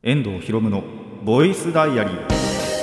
遠藤ひろむのボイスダイアリー。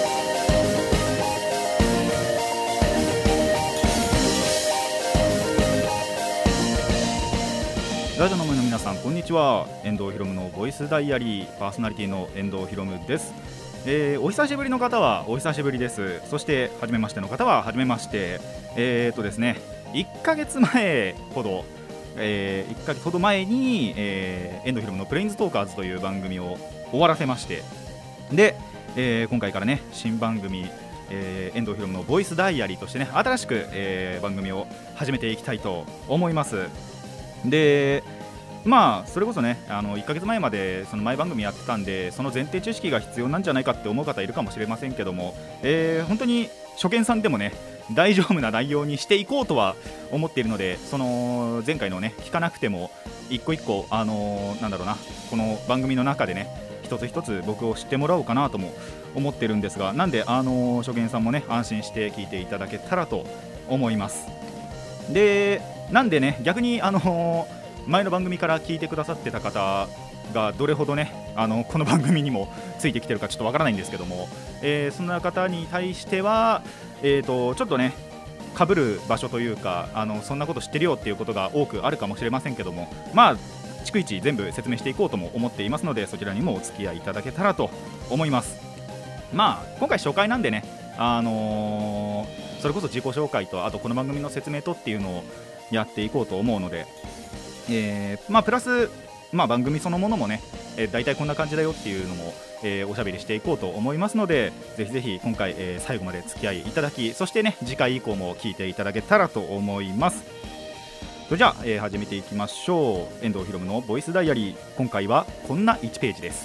ラジオの前の皆さんこんにちは。遠藤ひろむのボイスダイアリーパーソナリティの遠藤ひろむです。お久しぶりの方はお久しぶりです。そして初めましての方は初めまして。ですね、1ヶ月前ほど1ヶ月ほど前に、遠藤ひろむのプレインズトーカーズという番組を終わらせまして、で、今回からね新番組、遠藤ひろむのボイスダイアリーとしてね新しく、番組を始めていきたいと思います。でそれこそね1ヶ月前までその前番組やってたんで、その前提知識が必要なんじゃないかって思う方いるかもしれませんけども、本当に初見さんでもね大丈夫な内容にしていこうとは思っているので、その前回のね聞かなくても一個一個なんだろうな、この番組の中でね一つ一つ僕を知ってもらおうかなとも思ってるんですが、なんで初見さんもね安心して聞いていただけたらと思います。でなんでね逆に前の番組から聞いてくださってた方がどれほどねこの番組にもついてきてるかちょっとわからないんですけども、そんな方に対してはちょっとね被る場所というかそんなこと知ってるよっていうことが多くあるかもしれませんけども、逐一全部説明していこうとも思っていますので、そちらにもお付き合いいただけたらと思います。今回初回なんでねそれこそ自己紹介とあとこの番組の説明とっていうのをやっていこうと思うので、プラス番組そのものもね、大体こんな感じだよっていうのも、おしゃべりしていこうと思いますので、ぜひぜひ今回、最後まで付き合いいただき、そしてね次回以降も聞いていただけたらと思います。それじゃあ、始めていきましょう。遠藤ひろむのボイスダイアリー、今回はこんな1ページです。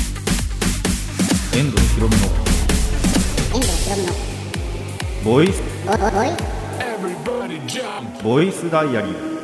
遠藤ひろむのボイスダイアリー。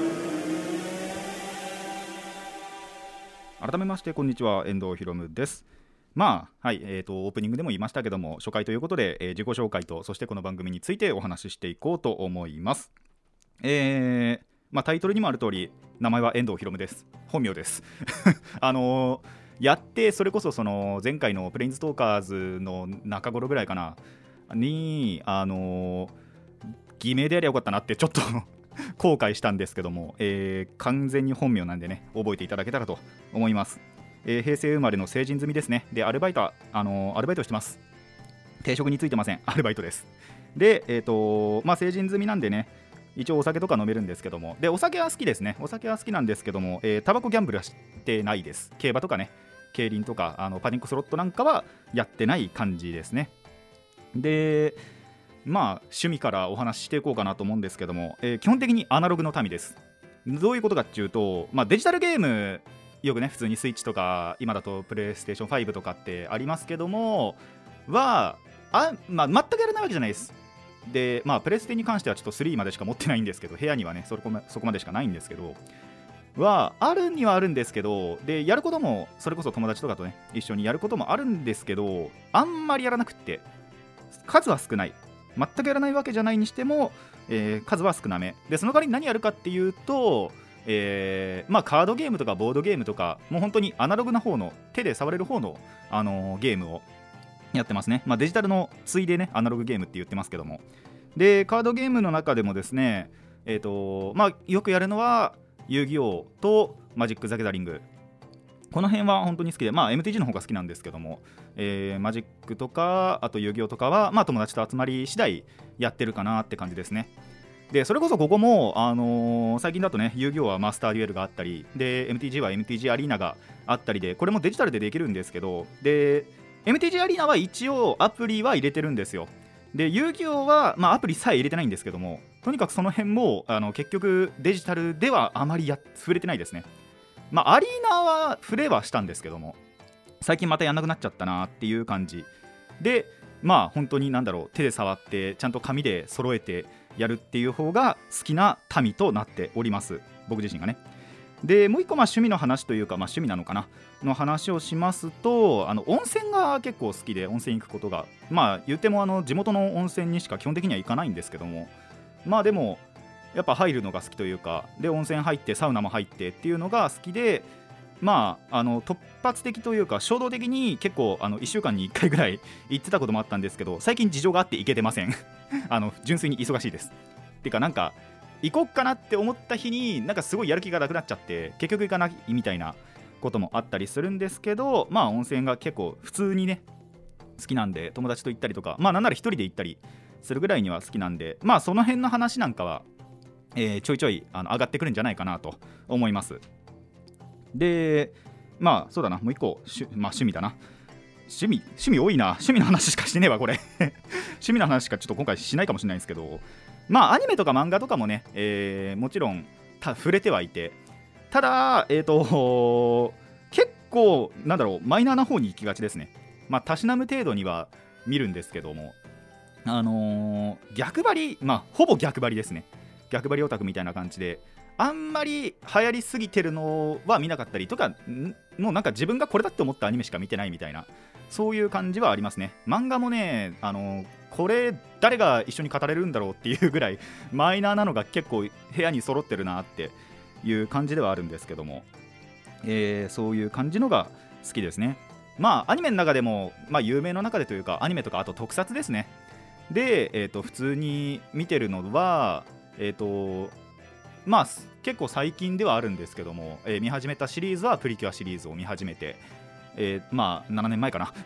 改めましてこんにちは、遠藤ひろむです。オープニングでも言いましたけども、初回ということで、自己紹介とそしてこの番組についてお話ししていこうと思います。タイトルにもある通り名前は遠藤ひろむです。本名ですやってそれこそその前回のプレインズトーカーズの中頃ぐらいかなに偽名でやりゃよかったなってちょっと後悔したんですけども、完全に本名なんでね覚えていただけたらと思います。平成生まれの成人済みですね。でアルバイトしてます。定職についてません。アルバイトです。で成人済みなんでね一応お酒とか飲めるんですけども、でお酒は好きですね。お酒は好きなんですけども、タバコギャンブルはしてないです。競馬とかね競輪とかパチンコスロットなんかはやってない感じですね。で趣味からお話ししていこうかなと思うんですけども、基本的にアナログの民です。どういうことかっていうと、デジタルゲームよくね普通にスイッチとか今だとプレイステーション5とかってありますけども全くやらないわけじゃないです。でプレステに関してはちょっと3までしか持ってないんですけど、部屋にはねそこまでしかないんですけどあるにはあるんですけど、でやることもそれこそ友達とかとね一緒にやることもあるんですけど、あんまりやらなくって数は少ない。全くやらないわけじゃないにしても、数は少なめで、その代わりに何やるかっていうと、カードゲームとかボードゲームとかもう本当にアナログな方の手で触れる方の、ゲームをやってますね。デジタルのついでねアナログゲームって言ってますけども、でカードゲームの中でもですねよくやるのは遊戯王とマジック・ザ・ギャザリング、この辺は本当に好きで、MTG の方が好きなんですけども、マジックとかあと遊戯王とかは、友達と集まり次第やってるかなって感じですね。でそれこそここも、最近だとね遊戯王はマスターデュエルがあったりで MTG は MTG アリーナがあったりで、これもデジタルでできるんですけど、で MTG アリーナは一応アプリは入れてるんですよ。で遊戯王は、アプリさえ入れてないんですけども、とにかくその辺も結局デジタルではあまり触れてないですね。アリーナは触れはしたんですけども、最近またやんなくなっちゃったなっていう感じで、本当に手で触ってちゃんと紙で揃えてやるっていう方が好きな民となっております、僕自身がね。でもう一個趣味の話というか、趣味なのかなの話をしますと、温泉が結構好きで温泉行くことが言っても地元の温泉にしか基本的には行かないんですけども、でもやっぱ入るのが好きというか、で温泉入ってサウナも入ってっていうのが好きで、 突発的というか衝動的に結構1週間に1回ぐらい行ってたこともあったんですけど、最近事情があって行けてません純粋に忙しいです。てかなんか行こっかなって思った日になんかすごいやる気がなくなっちゃって結局行かないみたいなこともあったりするんですけど、温泉が結構普通にね好きなんで、友達と行ったりとか、なんなら一人で行ったりするぐらいには好きなんで、その辺の話なんかは、ちょいちょい上がってくるんじゃないかなと思います。でそうだな、もう一個趣味だな。趣味多いな。趣味の話しかしてねえわこれ趣味の話しかちょっと今回しないかもしれないんですけど、アニメとか漫画とかもね、もちろん触れてはいて、ただ結構なんだろう、マイナーな方に行きがちですね。たしなむ程度には見るんですけども、逆張り、ほぼ逆張りですね。逆張りオタクみたいな感じで、あんまり流行りすぎてるのは見なかったりとか、もうなんか自分がこれだって思ったアニメしか見てないみたいな、そういう感じはありますね。漫画もね、これ誰が一緒に語れるんだろうっていうぐらいマイナーなのが結構部屋に揃ってるなっていう感じではあるんですけども、そういう感じのが好きですね。アニメの中でも、有名の中でというか、アニメとかあと特撮ですね。で、普通に見てるのは結構最近ではあるんですけども、見始めたシリーズはプリキュアシリーズを見始めて、7年前かな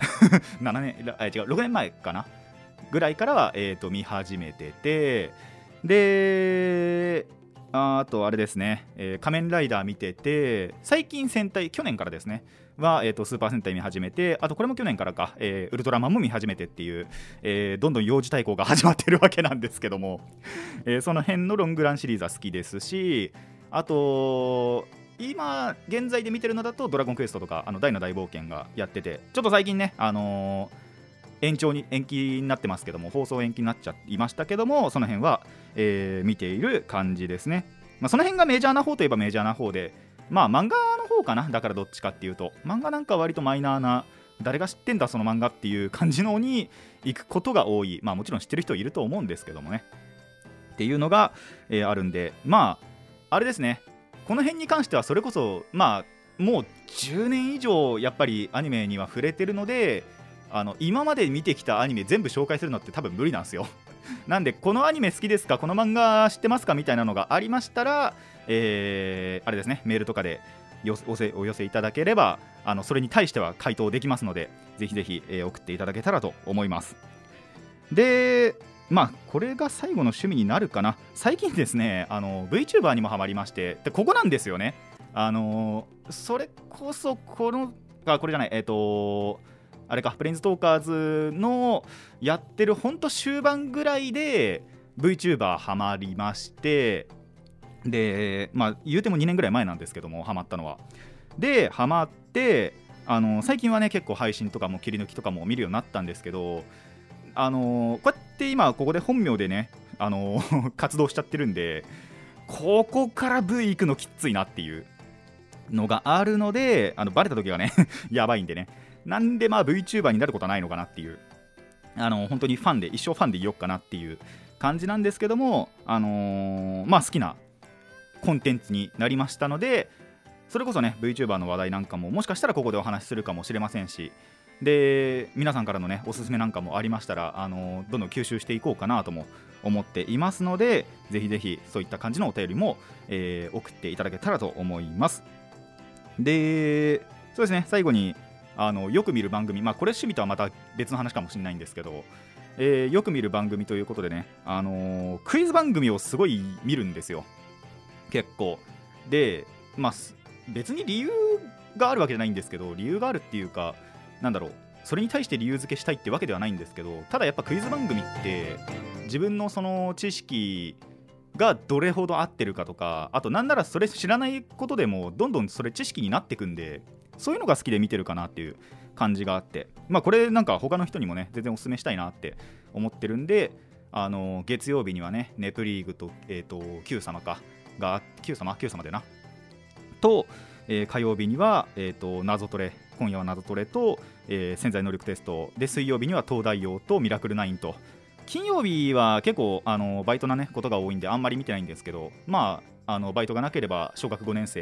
6年前かなぐらいからは、見始めてて、であとあれですね、仮面ライダー見てて、最近戦隊去年からですねは、スーパー戦隊見始めて、あとこれも去年からか、ウルトラマンも見始めてっていう、どんどん幼児対抗が始まってるわけなんですけども、その辺のロングランシリーズは好きですし、あと今現在で見てるのだとドラゴンクエストとか大の大冒険がやってて、ちょっと最近ね延期になってますけども、放送延期になっちゃいましたけども、その辺は、見ている感じですね。その辺がメジャーな方といえばメジャーな方で、漫画の方かな。だからどっちかっていうと、漫画なんか割とマイナーな、誰が知ってんだその漫画っていう感じのに行くことが多い。もちろん知ってる人いると思うんですけどもねっていうのが、あるんで、あれですね、この辺に関してはそれこそもう10年以上やっぱりアニメには触れてるので、今まで見てきたアニメ全部紹介するのって多分無理なんですよなんで、このアニメ好きですか、この漫画知ってますかみたいなのがありましたら、あれですね、メールとかでお寄せいただければ、それに対しては回答できますので、ぜひぜひ、送っていただけたらと思います。でこれが最後の趣味になるかな。最近ですね、VTuber にもハマりまして、でここなんですよね。それこそこれじゃない、あれか、プレインズトーカーズのやってるほんと終盤ぐらいで VTuber ハマりまして、で言うても2年ぐらい前なんですけども、ハマったのは。でハマって、最近はね結構配信とかも切り抜きとかも見るようになったんですけど、こうやって今ここで本名でね、活動しちゃってるんで、ここから V 行くのきついなっていうのがあるので、バレた時がねやばいんでね、なんでVTuber になることはないのかなっていう、本当に一生ファンでいよっかなっていう感じなんですけども、好きなコンテンツになりましたので、それこそね VTuber の話題なんかももしかしたらここでお話しするかもしれませんし、で皆さんからのねおすすめなんかもありましたら、どんどん吸収していこうかなとも思っていますので、ぜひぜひそういった感じのお便りも、送っていただけたらと思います。でそうですね、最後によく見る番組、これ趣味とはまた別の話かもしれないんですけど、よく見る番組ということでね、クイズ番組をすごい見るんですよ、結構。で別に理由があるわけじゃないんですけど、理由があるっていうか、なんだろう、それに対して理由付けしたいってわけではないんですけど、ただやっぱクイズ番組って自分のその知識がどれほど合ってるかとか、あとなんならそれ知らないことでもどんどんそれ知識になってくんで、そういうのが好きで見てるかなっていう感じがあって、これなんか他の人にもね全然おすすめしたいなって思ってるんで、月曜日にはねネプリーグとQ 様が Q 様でなと、火曜日には謎トレ、今夜は謎トレと、潜在能力テストで、水曜日には東大王とミラクル9と、金曜日は結構バイトなねことが多いんであんまり見てないんですけど、バイトがなければ小学5年生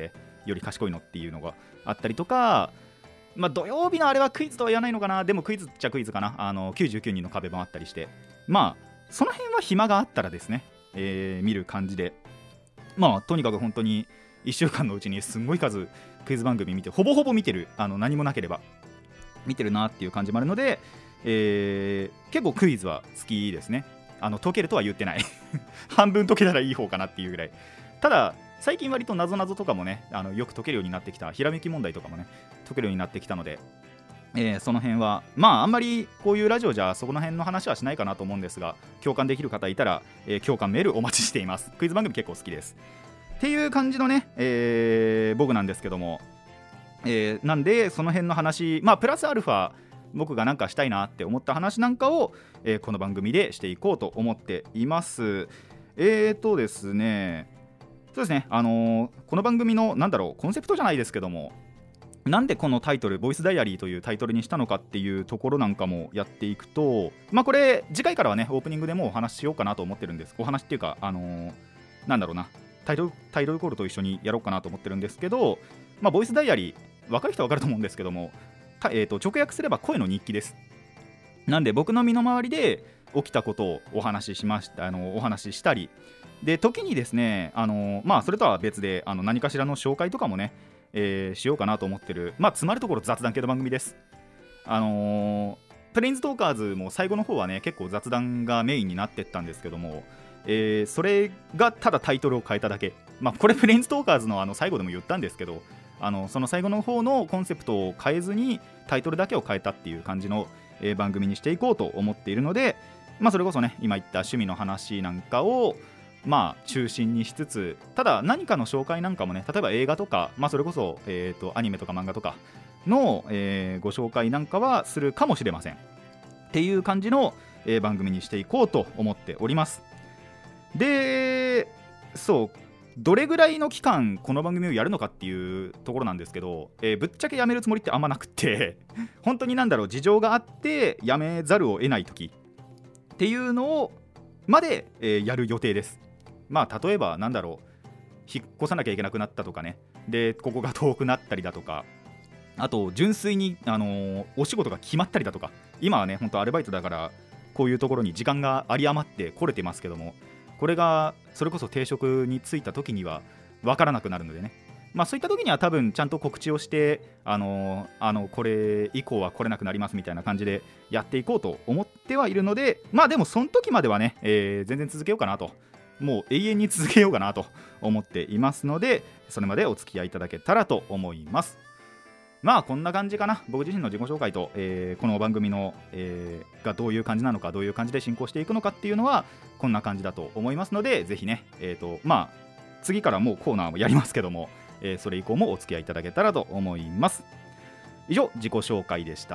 より賢いのっていうのがあったりとか、まあ、土曜日のあれはクイズとは言わないのかな、でもクイズっちゃクイズかな、99人の壁もあったりして、まあその辺は暇があったらですね、見る感じで、まあとにかく本当に1週間のうちにすんごい数クイズ番組見て、ほぼほぼ見てる、何もなければ見てるなっていう感じもあるので、結構クイズは好きですね。解けるとは言ってない半分解けたらいい方かなっていうぐらい。ただ最近割と謎々とかもね、よく解けるようになってきた、ひらめき問題とかもね解けるようになってきたので、その辺はまああんまりこういうラジオじゃそこの辺の話はしないかなと思うんですが、共感できる方いたら、共感メールお待ちしています。クイズ番組結構好きですっていう感じのね、僕なんですけども、なんでその辺の話、まあプラスアルファ僕がなんかしたいなって思った話なんかを、この番組でしていこうと思っています。ですね、そうですね、この番組のコンセプトじゃないですけども、なんでこのタイトルボイスダイアリーというタイトルにしたのかっていうところなんかもやっていくと、まあこれ次回からはねオープニングでもうお話ししようかなと思ってるんです。お話っていうかタイトルコールと一緒にやろうかなと思ってるんですけど、まあボイスダイアリー分かる人は分かると思うんですけども、直訳すれば声の日記です。なんで僕の身の回りで起きたことをお話ししたりで、時にですね、まあそれとは別で何かしらの紹介とかもね、しようかなと思ってる、まあつまるところ雑談系の番組です。プレインズトーカーズも最後の方はね結構雑談がメインになってったんですけども、それがただタイトルを変えただけ。まあこれプレインズトーカーズの最後でも言ったんですけど、その最後の方のコンセプトを変えずにタイトルだけを変えたっていう感じの、番組にしていこうと思っているので、まあそれこそね今言った趣味の話なんかをまあ中心にしつつ、ただ何かの紹介なんかもね、例えば映画とか、まあそれこそ、アニメとか漫画とかの、ご紹介なんかはするかもしれませんっていう感じの、番組にしていこうと思っております。で、そうどれぐらいの期間この番組をやるのかっていうところなんですけど、ぶっちゃけやめるつもりってあんまなくって本当に事情があってやめざるを得ない時っていうのをまで、やる予定です。まあ例えば引っ越さなきゃいけなくなったとかね、でここが遠くなったりだとか、あと純粋に、お仕事が決まったりだとか、今はね本当アルバイトだからこういうところに時間が有り余って来れてますけども、これがそれこそ定職に就いた時には分からなくなるのでね、まあそういった時には多分ちゃんと告知をしてこれ以降は来れなくなりますみたいな感じでやっていこうと思ってはいるので、まあでもその時まではね、全然続けようかなと、もう永遠に続けようかなと思っていますので、それまでお付き合いいただけたらと思います。まあこんな感じかな。僕自身の自己紹介と、この番組の、がどういう感じなのか、どういう感じで進行していくのかっていうのはこんな感じだと思いますので、ぜひね、まあ次からもうコーナーもやりますけども、それ以降もお付き合いいただけたらと思います。以上自己紹介でした。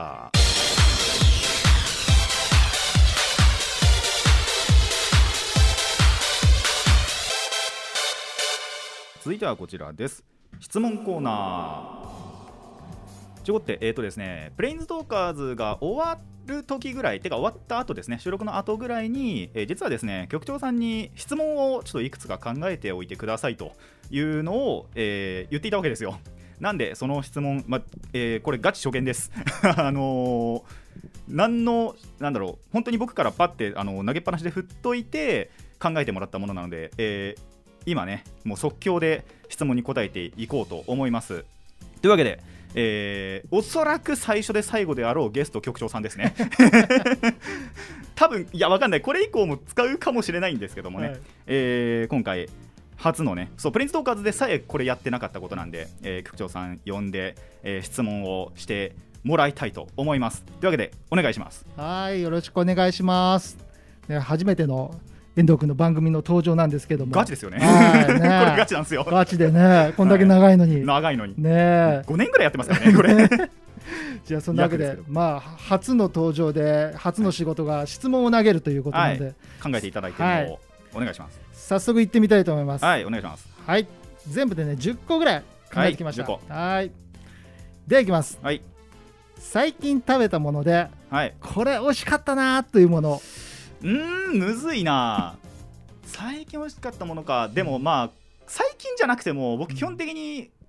続いてはこちらです。質問コーナー。ちょこってですね、プレインズトーカーズが終わる時ぐらい、てか終わった後ですね、収録の後ぐらいに、実はですね局長さんに質問をちょっといくつか考えておいてくださいというのを、言っていたわけですよ。なんでその質問、これガチ初見です本当に僕からパッて投げっぱなしで振っといて考えてもらったものなので、今ねもう即興で質問に答えていこうと思います。というわけで、おそらく最初で最後であろうゲスト局長さんですね多分いやわかんない、これ以降も使うかもしれないんですけどもね、はい、今回初のね、そうプレインズトーカーズでさえこれやってなかったことなんで、局長さん呼んで、質問をしてもらいたいと思います。というわけでお願いします。 はい、よろしくお願いします、ね、初めての遠藤君の番組の登場なんですけども、 ガチですよね。 はいねこれガチなんですよ。 ガチでね、こんだけ長いのに、はい、 長いのにね 5年ぐらいやってますからねこれじゃあそんなわけでまあ初の登場で初の仕事が質問を投げるということなので、 はい、考えていただいてもお願いします。 早速行ってみたいと思います。 はい、お願いします。 はい、全部でね10個ぐらい考えてきました。 はい、10個。 はい、ではいきます。 はい、 最近食べたもので、 はい、 これ美味しかったなというもの。 むずいな最近美味しかったものか。でもまあ最近じゃなくても僕基本的に、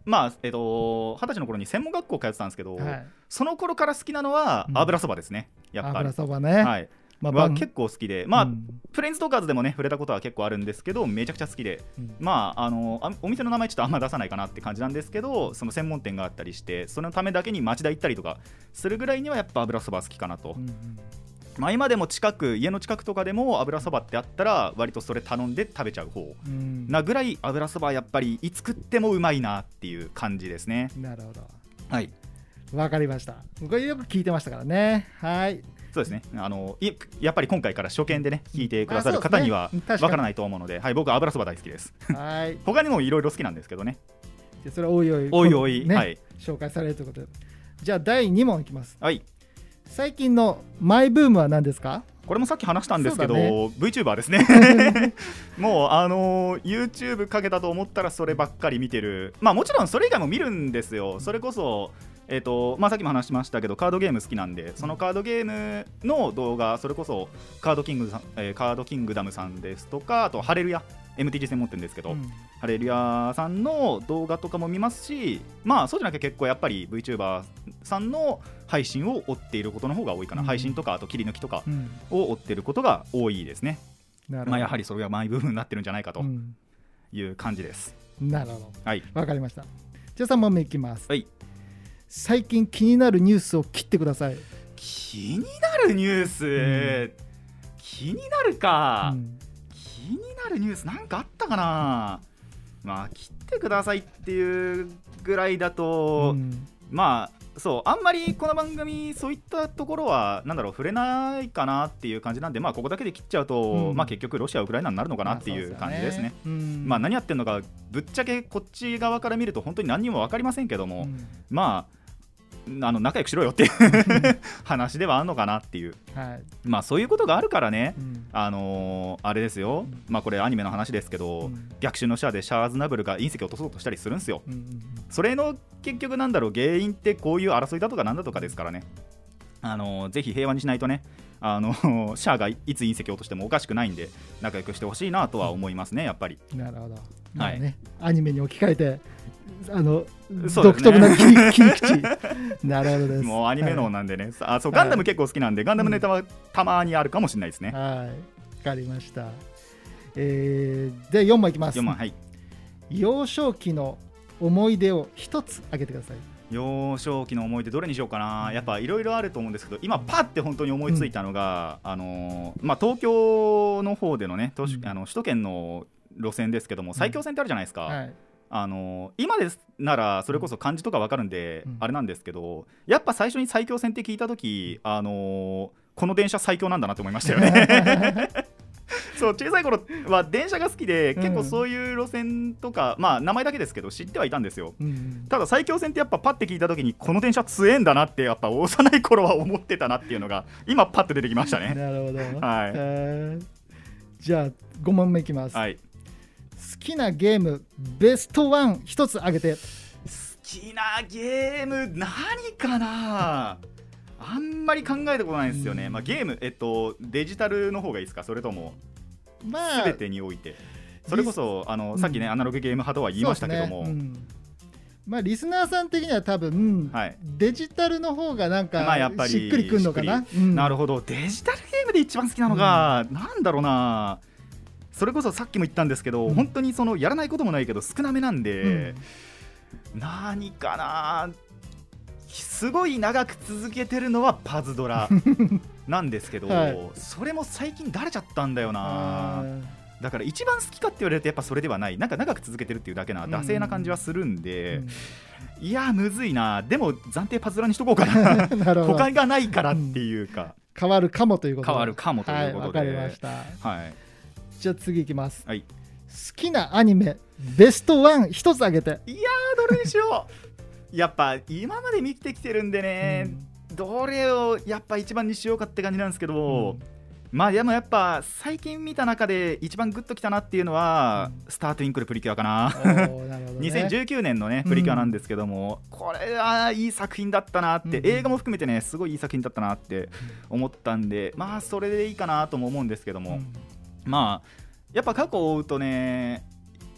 まあ20歳の頃に専門学校通ってたんですけど、 はい、 その頃から好きなのは油そばですね、やっぱり油そばね、 はい、 まあ、 は結構好きで、まあプレインストーカーズでもね触れたことは結構あるんですけど、めちゃくちゃ好きで、まあお店の名前ちょっとあんま出さないかなって感じなんですけど、その専門店があったりして、そのためだけに町田行ったりとかするぐらいにはやっぱ油そば好きかなと、まあ、今でも家の近くとかでも油そばってあったら割とそれ頼んで食べちゃう方なぐらい、油そばやっぱりいつ食ってもうまいなっていう感じですね。 なるほど、 はい、 わかりました。これよく聞いてましたからね。はい、 そうですね、やっぱり今回から初見でね聞いてくださる方にはわからないと思うので、はい、僕は油そば大好きです。はい他にもいろいろ好きなんですけどね。 それはおいおい、ね、はい、紹介されるということで、じゃあ第2問いきます。 はい、 最近のマイブームは何ですか？ これもさっき話したんですけど、ね、VTuber ですねもうYouTube かけたと思ったらそればっかり見てる。まあもちろんそれ以外も見るんですよ。それこそまあ、さっきも話しましたけどカードゲーム好きなんで、そのカードゲームの動画、それこそカードキングダムさんですとか、あとハレルヤ MTG 専門店ですけど、ハレルヤさんの動画とかも見ますし、まあそうじゃなきゃ結構やっぱり VTuber さんの配信を追っていることの方が多いかな、配信とかあと切り抜きとかを追っていることが多いですね。まあ、やはりそれがマイブームになってるんじゃないかという感じです。 なるほど、 はい、 わかりました。じゃあ3問目いきます。 はい、 最近気になるニュースを切ってください。 気になるニュース、気になるか、気になるニュースなんかあったかな。まあ切ってくださいっていうぐらいだと、まあそうあんまりこの番組そういったところはなんだろう触れないかなっていう感じなんで、まあここだけで切っちゃうと、まあ結局ロシアウクライナになるのかなっていう感じですね。まあ何やってんのかぶっちゃけこっち側から見ると本当に何にも分かりませんけども、まあ仲良くしろよっていう話ではあるのかなっていう、はい、まあそういうことがあるからね、あれですよ、まあこれアニメの話ですけど、逆襲のシャアでシャアーズナブルが隕石を落とそうとしたりするんですよ、それの結局なんだろう原因ってこういう争いだとかなんだとかですからね、ぜひ平和にしないとね、シャアがいつ隕石を落としてもおかしくないんで仲良くしてほしいなとは思いますね、やっぱり。 なるほど、 はい、 ね、アニメに置き換えて独特な切り口なるほどです。 もうアニメ脳なんでね、はい、そうガンダム結構好きなんで、ガンダムネタはたまにあるかもしれないですね。 はい、わかりました。で4問いきます。 4問、はい、 幼少期の思い出を一つ挙げてください。 幼少期の思い出どれにしようかな。やっぱいろいろあると思うんですけど、今パッて本当に思いついたのが、まあ、東京の方でのね首都圏の路線ですけども、埼京線ってあるじゃないですか、はい、今ですならそれこそ漢字とか分かるんで、あれなんですけど、やっぱ最初に埼京線って聞いた時、この電車最強なんだなって思いましたよねそう小さい頃は電車が好きで、結構そういう路線とか、まあ名前だけですけど知ってはいたんですよ、ただ埼京線ってやっぱパッて聞いた時にこの電車強えんだなってやっぱ幼い頃は思ってたなっていうのが今パッと出てきましたねなるほど、 はい、 じゃあ5問目いきます。 はい、 好きなゲームベストワン一つ挙げて。 好きなゲーム何かなあんまり考えたことないんですよね、まあ、ゲーム、デジタルの方がいいですか、それとも全てにおいて、それこそさっきねアナログゲーム派とは言いましたけども、 まあ、リスナーさん的には多分、はい、デジタルの方がなんか、やっぱりしっくりくるのかな、 なるほど。デジタルゲームで一番好きなのが、なんだろうな、それこそさっきも言ったんですけど、本当にそのやらないこともないけど少なめなんで、何かな、すごい長く続けてるのはパズドラなんですけど、はい、それも最近だれちゃったんだよな。だから一番好きかって言われるとやっぱそれではない、なんか長く続けてるっていうだけな惰性な感じはするんで、いやむずいな。でも暫定パズドラにしとこうかな他がないからっていうか、 変わるかもということで、 変わるかもということで、 わかりました、 はい、 じゃあ次いきます、 はい、 好きなアニメベストワン一つ挙げて。 いやーどれにしようやっぱ今まで見てきてるんでね、どれをやっぱ一番にしようかって感じなんですけど、まあでもやっぱ最近見た中で一番グッときたなっていうのは、スタートインクルプリキュアかななるほど、ね、2019年のねプリキュアなんですけども、これはいい作品だったなって、映画も含めてねすごいいい作品だったなって思ったんで、まあそれでいいかなとも思うんですけども、まあやっぱ過去を追うとね、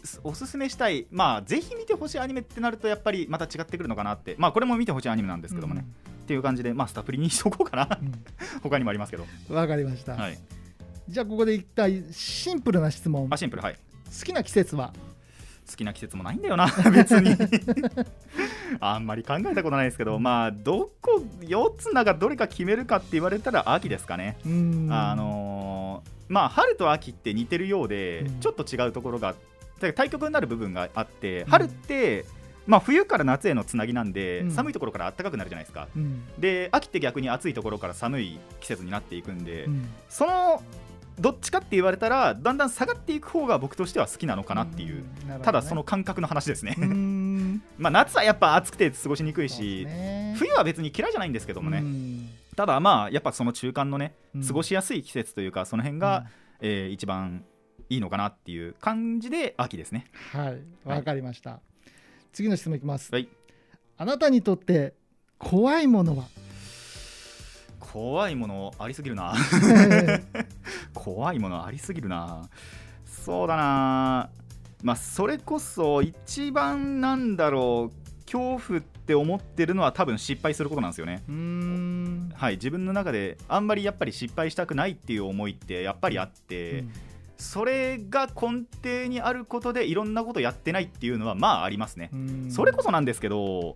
おすすめしたい、ぜひ見てほしいアニメってなるとやっぱりまた違ってくるのかなって、これも見てほしいアニメなんですけどもね、っていう感じで、スタプリにしとこうかな、他にもありますけど。 わかりました、じゃあここで一体シンプルな質問。 シンプル、好きな季節は？ 好きな季節もないんだよな別にあんまり考えたことないですけど、どこ4つの中どれか決めるかって言われたら秋ですかね。春と秋って似てるようで、ちょっと違うところが対極になる部分があって、春って、冬から夏へのつなぎなんで、寒いところから暖かくなるじゃないですか、で秋って逆に暑いところから寒い季節になっていくんで、そのどっちかって言われたらだんだん下がっていく方が僕としては好きなのかなっていう、ただその感覚の話ですね夏はやっぱ暑くて過ごしにくいし、冬は別に嫌いじゃないんですけどもね、ただやっぱその中間のね、過ごしやすい季節というか、その辺が、一番いいのかなっていう感じで秋ですね。 わかりました、次の質問いきます。あなたにとって怖いものは？ 怖いものありすぎるな怖いものありすぎるな。そうだな、それこそ一番恐怖って思ってるのは多分失敗することなんですよね。自分の中であんまりやっぱり失敗したくないっていう思いってやっぱりあって、それが根底にあることでいろんなことやってないっていうのはありますね。それこそなんですけど、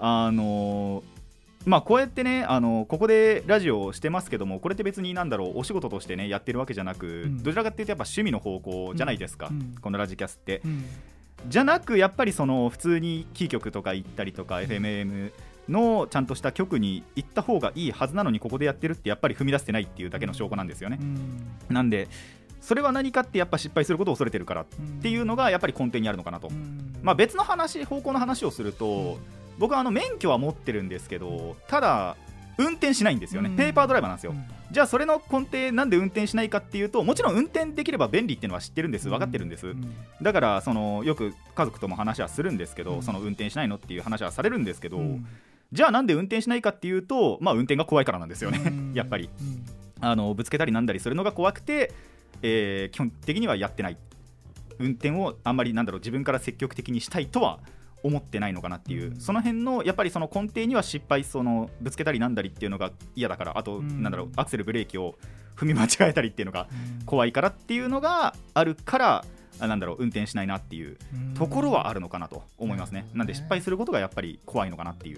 こうやってね、ここでラジオをしてますけども、これって別にお仕事としてねやってるわけじゃなく、どちらかっていうとやっぱ趣味の方向じゃないですか、このラジキャスって、じゃなくやっぱりその普通にキー局とか行ったりとか、FMM のちゃんとした局に行った方がいいはずなのに、ここでやってるってやっぱり踏み出せてないっていうだけの証拠なんですよね。なんでそれは何かってやっぱ失敗することを恐れてるからっていうのがやっぱり根底にあるのかなと。別の方向の話をすると、僕は免許は持ってるんですけど、ただ運転しないんですよね。ペーパードライバーなんですよ。じゃあそれの根底なんで運転しないかっていうと、もちろん運転できれば便利っていうのは知ってるんです、分かってるんです。だからよく家族とも話はするんですけど、その運転しないのっていう話はされるんですけど、じゃあなんで運転しないかっていうと、運転が怖いからなんですよねやっぱりぶつけたりなんだりするのが怖くて、基本的にはやってない。運転をあんまり自分から積極的にしたいとは思ってないのかなっていう、その辺のやっぱりその根底には失敗、ぶつけたりなんだりっていうのが嫌だから、あとアクセルブレーキを踏み間違えたりっていうのが怖いからっていうのがあるから、運転しないなっていうところはあるのかなと思いますね。なんで失敗することがやっぱり怖いのかなっていう、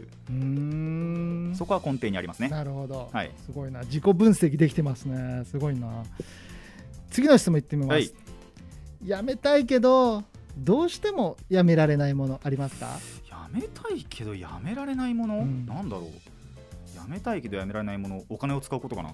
そこは根底にありますね。 なるほど、すごいな、自己分析できてますね。すごいな。次の質問いってみます。やめたいけどどうしてもやめられないものありますか？ やめたいけどやめられないもの、なんだろう。やめたいけどやめられないもの、お金を使うことかな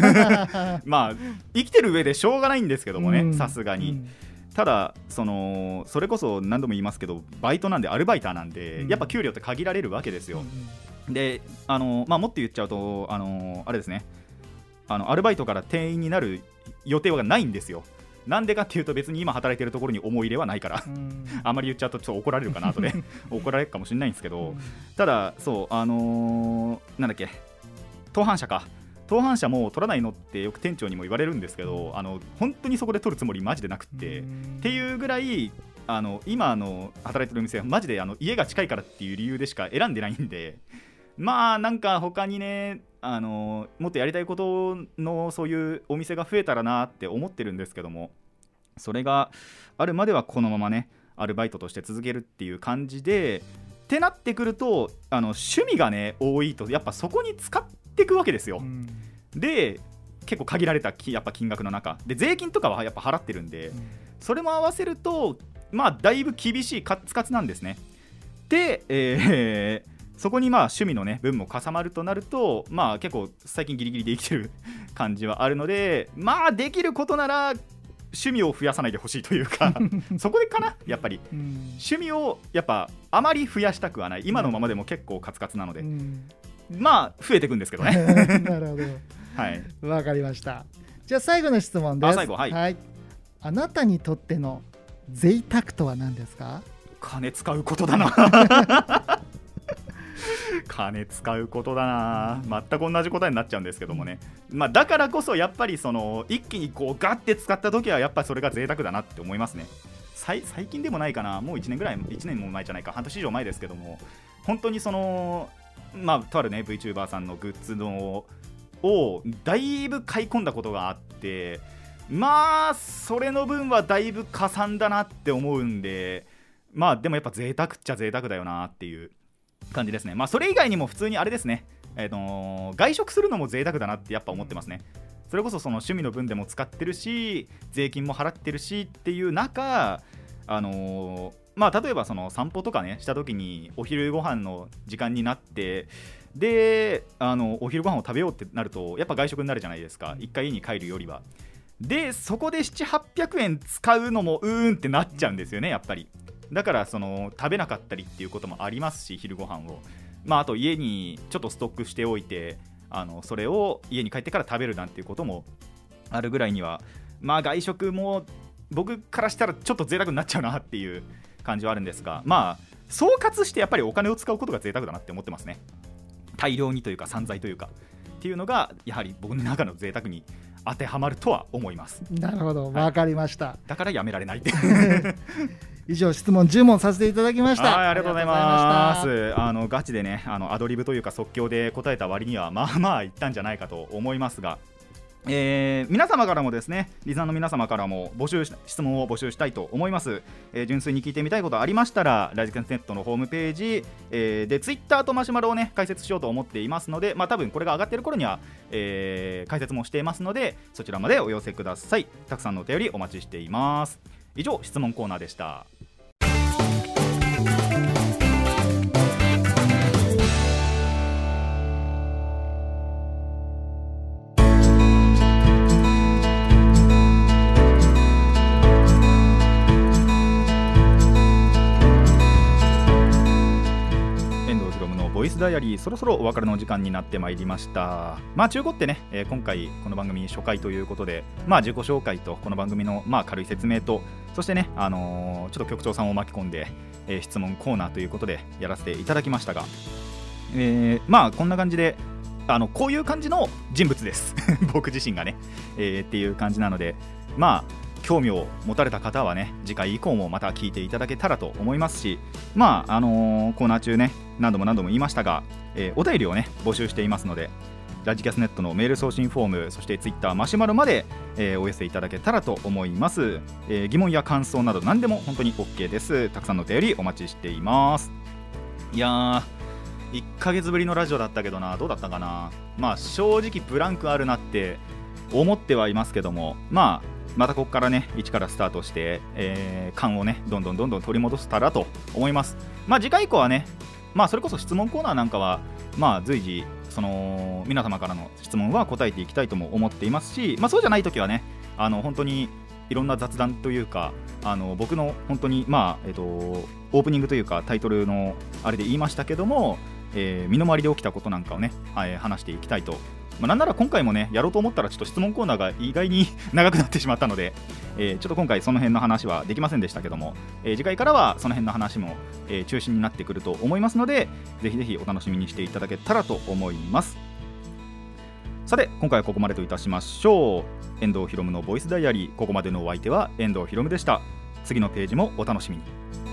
生きてる上でしょうがないんですけどもね、さすがに。ただそれこそ何度も言いますけど、バイトなんで、アルバイターなんで、やっぱ給料って限られるわけですよ。でもっと言っちゃうとあれですね、アルバイトから店員になる予定はないんですよ。なんでかっていうと、別に今働いてるところに思い入れはないからあまり言っちゃうとちょっと怒られるかなとね怒られるかもしれないんですけど、ただそうなんだっけ、当販車も取らないのってよく店長にも言われるんですけど、本当にそこで取るつもりマジでなくってっていうぐらい、今働いてるお店はマジで家が近いからっていう理由でしか選んでないんで、他にねもっとやりたいことのそういうお店が増えたらなって思ってるんですけども、それがあるまではこのままねアルバイトとして続けるっていう感じでってなってくると、趣味がね多いとやっぱそこに使っていくわけですよ。で結構限られたやっぱ金額の中で税金とかはやっぱ払ってるんで、それも合わせるとだいぶ厳しいカツカツなんですね。で、そこに趣味のね分も重なるとなると、結構最近ギリギリで生きてる感じはあるので、できることなら趣味を増やさないでほしいというかそこでかな、やっぱり、趣味をやっぱあまり増やしたくはない。今のままでも結構カツカツなので、増えていくんですけどねなるほど、わかりました。じゃあ最後の質問です。 最後、 あなたにとっての贅沢とは何ですか？ 金使うことだな金使うことだな。全く同じ答えになっちゃうんですけどもね、だからこそやっぱり一気にこうガッて使った時はやっぱりそれが贅沢だなって思いますね。 最近でもないかな、もう1年ぐらい、1年も前じゃないか、半年以上前ですけども、本当にそのとあるね VTuber さんのグッズのをだいぶ買い込んだことがあって、それの分はだいぶかさんだなって思うんで、でもやっぱ贅沢っちゃ贅沢だよなっていう感じですね。それ以外にも普通にあれですね、外食するのも贅沢だなってやっぱ思ってますね。それこそその趣味の分でも使ってるし、税金も払ってるしっていう中、例えばその散歩とかねした時にお昼ご飯の時間になって、でお昼ご飯を食べようってなるとやっぱ外食になるじゃないですか、一回家に帰るよりは。でそこで7、800円使うのもってなっちゃうんですよね、やっぱり。だからその食べなかったりっていうこともありますし、昼ご飯をあと家にちょっとストックしておいて、それを家に帰ってから食べるなんていうこともあるぐらいには、外食も僕からしたらちょっと贅沢になっちゃうなっていう感じはあるんですが、総括してやっぱりお金を使うことが贅沢だなって思ってますね。大量にというか散財というかっていうのがやはり僕の中の贅沢に当てはまるとは思います。 なるほど、わかりました、 だからやめられないって以上質問10問させていただきました。 ありがとうございます。ガチでねアドリブというか即興で答えた割には言ったんじゃないかと思いますが、皆様からもですね、リスナーの皆様からも質問を募集したいと思います。純粋に聞いてみたいことありましたらラジカセネットのホームページ、でツイッターとマシュマロをね解説しようと思っていますので、多分これが上がっている頃には、解説もしていますので、そちらまでお寄せください。たくさんのお便りお待ちしています。以上質問コーナーでした。ボイスダイアリー、そろそろお別れの時間になってまいりました。中古ってね、今回この番組初回ということで、自己紹介とこの番組の軽い説明と、そしてね、ちょっと局長さんを巻き込んで、質問コーナーということでやらせていただきましたが、こんな感じでこういう感じの人物です僕自身がね、っていう感じなので、興味を持たれた方はね、次回以降もまた聞いていただけたらと思いますし、コーナー中ね何度も言いましたが、お便りをね募集していますので、ラジキャスネットのメール送信フォーム、そしてツイッターマシュマロまで、お寄せいただけたらと思います。疑問や感想など何でも本当に OK です。たくさんのお便りお待ちしています。いやー、1ヶ月ぶりのラジオだったけどな、どうだったかな。正直ブランクあるなって思ってはいますけども、またここからね一からスタートして、感をねどんどん取り戻せたらと思います。次回以降はね、それこそ質問コーナーなんかは随時その皆様からの質問は答えていきたいとも思っていますし、そうじゃないときはね本当にいろんな雑談というか、僕の本当にオープニングというかタイトルのあれで言いましたけども、身の回りで起きたことなんかをね、話していきたいと。なんなら今回もねやろうと思ったらちょっと質問コーナーが意外に長くなってしまったので、ちょっと今回その辺の話はできませんでしたけども、次回からはその辺の話も、中心になってくると思いますので、ぜひぜひお楽しみにしていただけたらと思います。さて今回はここまでといたしましょう。遠藤ひろむのボイスダイアリー、ここまでのお相手は遠藤ひろむでした。次のページもお楽しみに。